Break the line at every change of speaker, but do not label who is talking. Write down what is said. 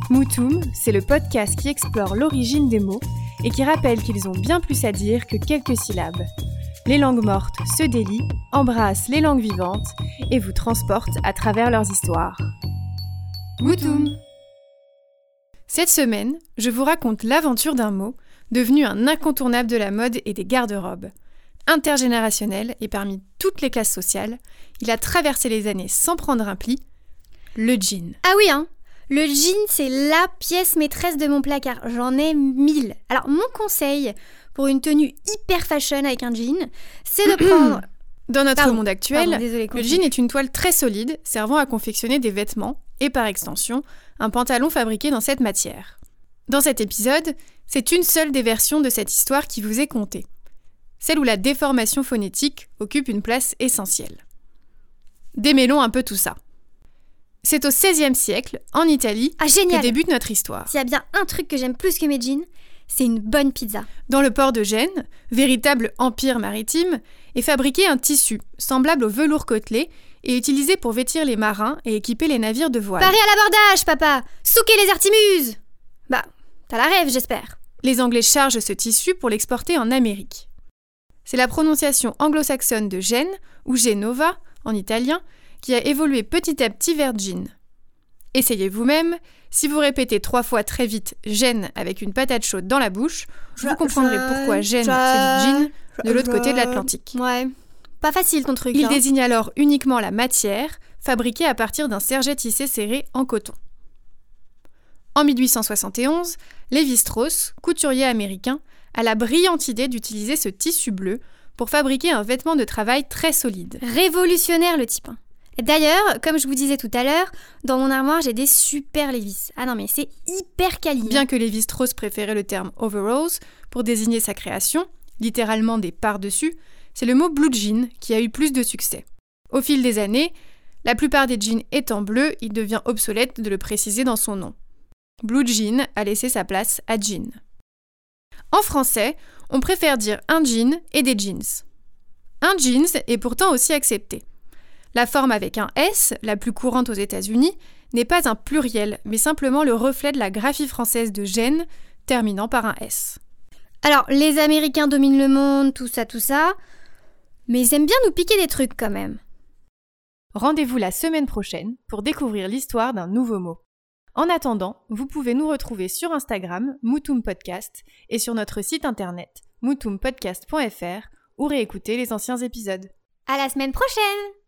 Moutoum, c'est le podcast qui explore l'origine des mots et qui rappelle qu'ils ont bien plus à dire que quelques syllabes. Les langues mortes se délient, embrassent les langues vivantes et vous transportent à travers leurs histoires. Moutoum! Cette semaine, je vous raconte l'aventure d'un mot devenu un incontournable de la mode et des garde-robes. Intergénérationnel et parmi toutes les classes sociales, il a traversé les années sans prendre un pli, le jean.
Ah oui, hein. Le jean, c'est la pièce maîtresse de mon placard. J'en ai 1000. Alors, mon conseil pour une tenue hyper fashion avec un jean, c'est de prendre...
Dans notre monde actuel,
désolé,
le jean est une toile très solide servant à confectionner des vêtements et par extension, un pantalon fabriqué dans cette matière. Dans cet épisode, c'est une seule des versions de cette histoire qui vous est contée. Celle où la déformation phonétique occupe une place essentielle. Démêlons un peu tout ça. C'est au XVIe siècle, en Italie, que débute notre histoire.
S'il y a bien un truc que j'aime plus que mes jeans, c'est une bonne pizza.
Dans le port de Gênes, véritable empire maritime, est fabriqué un tissu semblable au velours côtelé et utilisé pour vêtir les marins et équiper les navires de voile.
Paré à l'abordage, papa! Souquez les artimuses! Bah, t'as la rêve, j'espère.
Les Anglais chargent ce tissu pour l'exporter en Amérique. C'est la prononciation anglo-saxonne de Gênes, ou Genova, en italien, qui a évolué petit à petit vers jean. Essayez vous-même, si vous répétez 3 fois très vite « Gênes » avec une patate chaude dans la bouche, vous comprendrez pourquoi Gênes c'est du jean de l'autre côté de l'Atlantique.
Ouais, pas facile ton truc.
Il désigne alors uniquement la matière, fabriquée à partir d'un serge tissé serré en coton. En 1871, Lévi-Strauss, couturier américain, a la brillante idée d'utiliser ce tissu bleu pour fabriquer un vêtement de travail très solide.
Révolutionnaire le type. D'ailleurs, comme je vous disais tout à l'heure, dans mon armoire, j'ai des super Levi's. Ah non, mais c'est hyper quali.
Bien que Lévi-Strauss préférait le terme « overalls » pour désigner sa création, littéralement des par-dessus, c'est le mot « blue jean » qui a eu plus de succès. Au fil des années, la plupart des jeans étant bleus, il devient obsolète de le préciser dans son nom. Blue jean a laissé sa place à jean. En français, on préfère dire un jean et des jeans. Un jeans est pourtant aussi accepté. La forme avec un S, la plus courante aux États-Unis, n'est pas un pluriel, mais simplement le reflet de la graphie française de Gênes, terminant par un S.
Alors, les Américains dominent le monde, tout ça, mais ils aiment bien nous piquer des trucs quand même.
Rendez-vous la semaine prochaine pour découvrir l'histoire d'un nouveau mot. En attendant, vous pouvez nous retrouver sur Instagram, Moutoum Podcast, et sur notre site internet, moutoumpodcast.fr, ou réécouter les anciens épisodes.
À la semaine prochaine!